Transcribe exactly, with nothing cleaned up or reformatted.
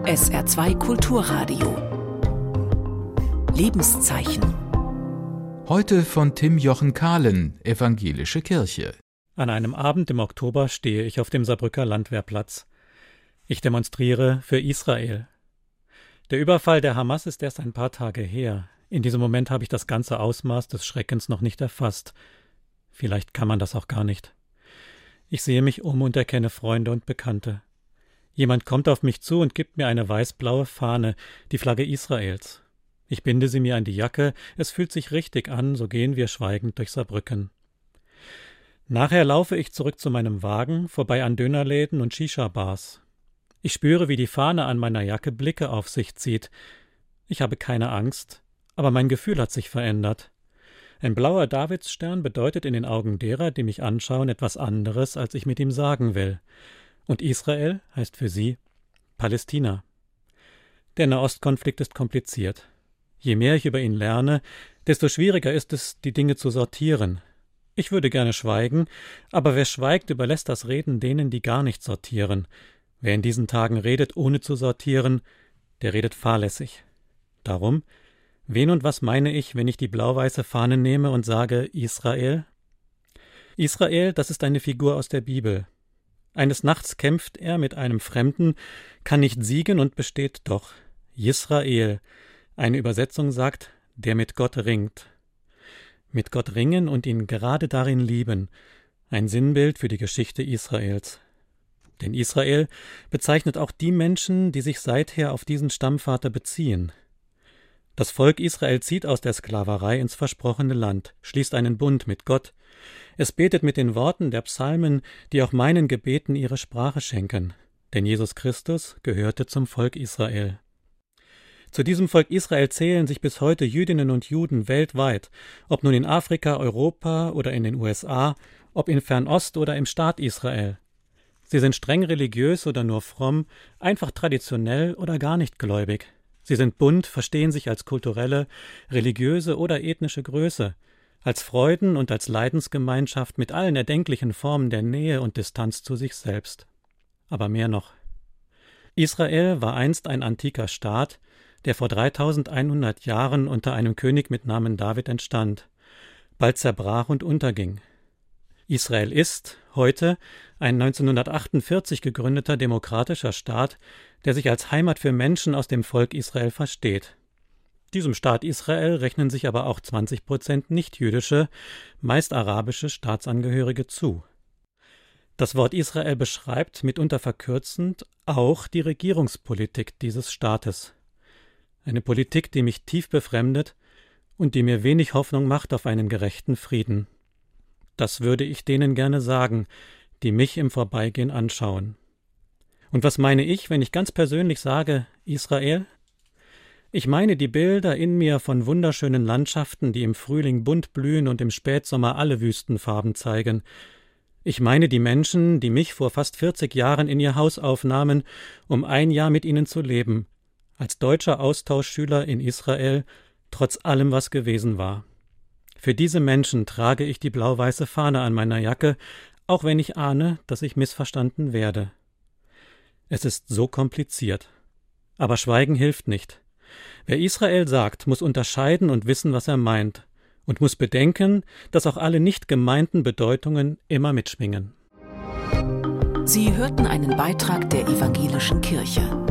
S R zwei Kulturradio. Lebenszeichen. Heute von Tim Jochen Kahlen, Evangelische Kirche. An einem Abend im Oktober stehe ich auf dem Saarbrücker Landwehrplatz. Ich demonstriere für Israel. Der Überfall der Hamas ist erst ein paar Tage her. In diesem Moment habe ich das ganze Ausmaß des Schreckens noch nicht erfasst. Vielleicht kann man das auch gar nicht. Ich sehe mich um und erkenne Freunde und Bekannte. Jemand kommt auf mich zu und gibt mir eine weiß-blaue Fahne, die Flagge Israels. Ich binde sie mir an die Jacke, es fühlt sich richtig an, so gehen wir schweigend durch Saarbrücken. Nachher laufe ich zurück zu meinem Wagen, vorbei an Dönerläden und Shisha-Bars. Ich spüre, wie die Fahne an meiner Jacke Blicke auf sich zieht. Ich habe keine Angst, aber mein Gefühl hat sich verändert. Ein blauer Davidsstern bedeutet in den Augen derer, die mich anschauen, etwas anderes, als ich mit ihm sagen will. Und Israel heißt für sie Palästina. Der Nahostkonflikt ist kompliziert. Je mehr ich über ihn lerne, desto schwieriger ist es, die Dinge zu sortieren. Ich würde gerne schweigen, aber wer schweigt, überlässt das Reden denen, die gar nicht sortieren. Wer in diesen Tagen redet, ohne zu sortieren, der redet fahrlässig. Darum, wen und was meine ich, wenn ich die blau-weiße Fahne nehme und sage Israel? Israel, das ist eine Figur aus der Bibel. Eines Nachts kämpft er mit einem Fremden, kann nicht siegen und besteht doch. Jisrael, eine Übersetzung sagt, der mit Gott ringt. Mit Gott ringen und ihn gerade darin lieben, ein Sinnbild für die Geschichte Israels. Denn Israel bezeichnet auch die Menschen, die sich seither auf diesen Stammvater beziehen. Das Volk Israel zieht aus der Sklaverei ins versprochene Land, schließt einen Bund mit Gott. Es betet mit den Worten der Psalmen, die auch meinen Gebeten ihre Sprache schenken. Denn Jesus Christus gehörte zum Volk Israel. Zu diesem Volk Israel zählen sich bis heute Jüdinnen und Juden weltweit, ob nun in Afrika, Europa oder in den U S A, ob in Fernost oder im Staat Israel. Sie sind streng religiös oder nur fromm, einfach traditionell oder gar nicht gläubig. Sie sind bunt, verstehen sich als kulturelle, religiöse oder ethnische Größe, als Freuden- und als Leidensgemeinschaft mit allen erdenklichen Formen der Nähe und Distanz zu sich selbst. Aber mehr noch. Israel war einst ein antiker Staat, der vor dreitausendeinhundert Jahren unter einem König mit Namen David entstand, bald zerbrach und unterging. Israel ist heute ein neunzehnhundertachtundvierzig gegründeter demokratischer Staat, der sich als Heimat für Menschen aus dem Volk Israel versteht. Diesem Staat Israel rechnen sich aber auch zwanzig Prozent nichtjüdische, meist arabische Staatsangehörige zu. Das Wort Israel beschreibt, mitunter verkürzend, auch die Regierungspolitik dieses Staates. Eine Politik, die mich tief befremdet und die mir wenig Hoffnung macht auf einen gerechten Frieden. Das würde ich denen gerne sagen, die mich im Vorbeigehen anschauen. Und was meine ich, wenn ich ganz persönlich sage, Israel? Ich meine die Bilder in mir von wunderschönen Landschaften, die im Frühling bunt blühen und im Spätsommer alle Wüstenfarben zeigen. Ich meine die Menschen, die mich vor fast vierzig Jahren in ihr Haus aufnahmen, um ein Jahr mit ihnen zu leben, als deutscher Austauschschüler in Israel, trotz allem, was gewesen war. Für diese Menschen trage ich die blau-weiße Fahne an meiner Jacke, auch wenn ich ahne, dass ich missverstanden werde. Es ist so kompliziert. Aber Schweigen hilft nicht. Wer Israel sagt, muss unterscheiden und wissen, was er meint, und muss bedenken, dass auch alle nicht gemeinten Bedeutungen immer mitschwingen. Sie hörten einen Beitrag der Evangelischen Kirche.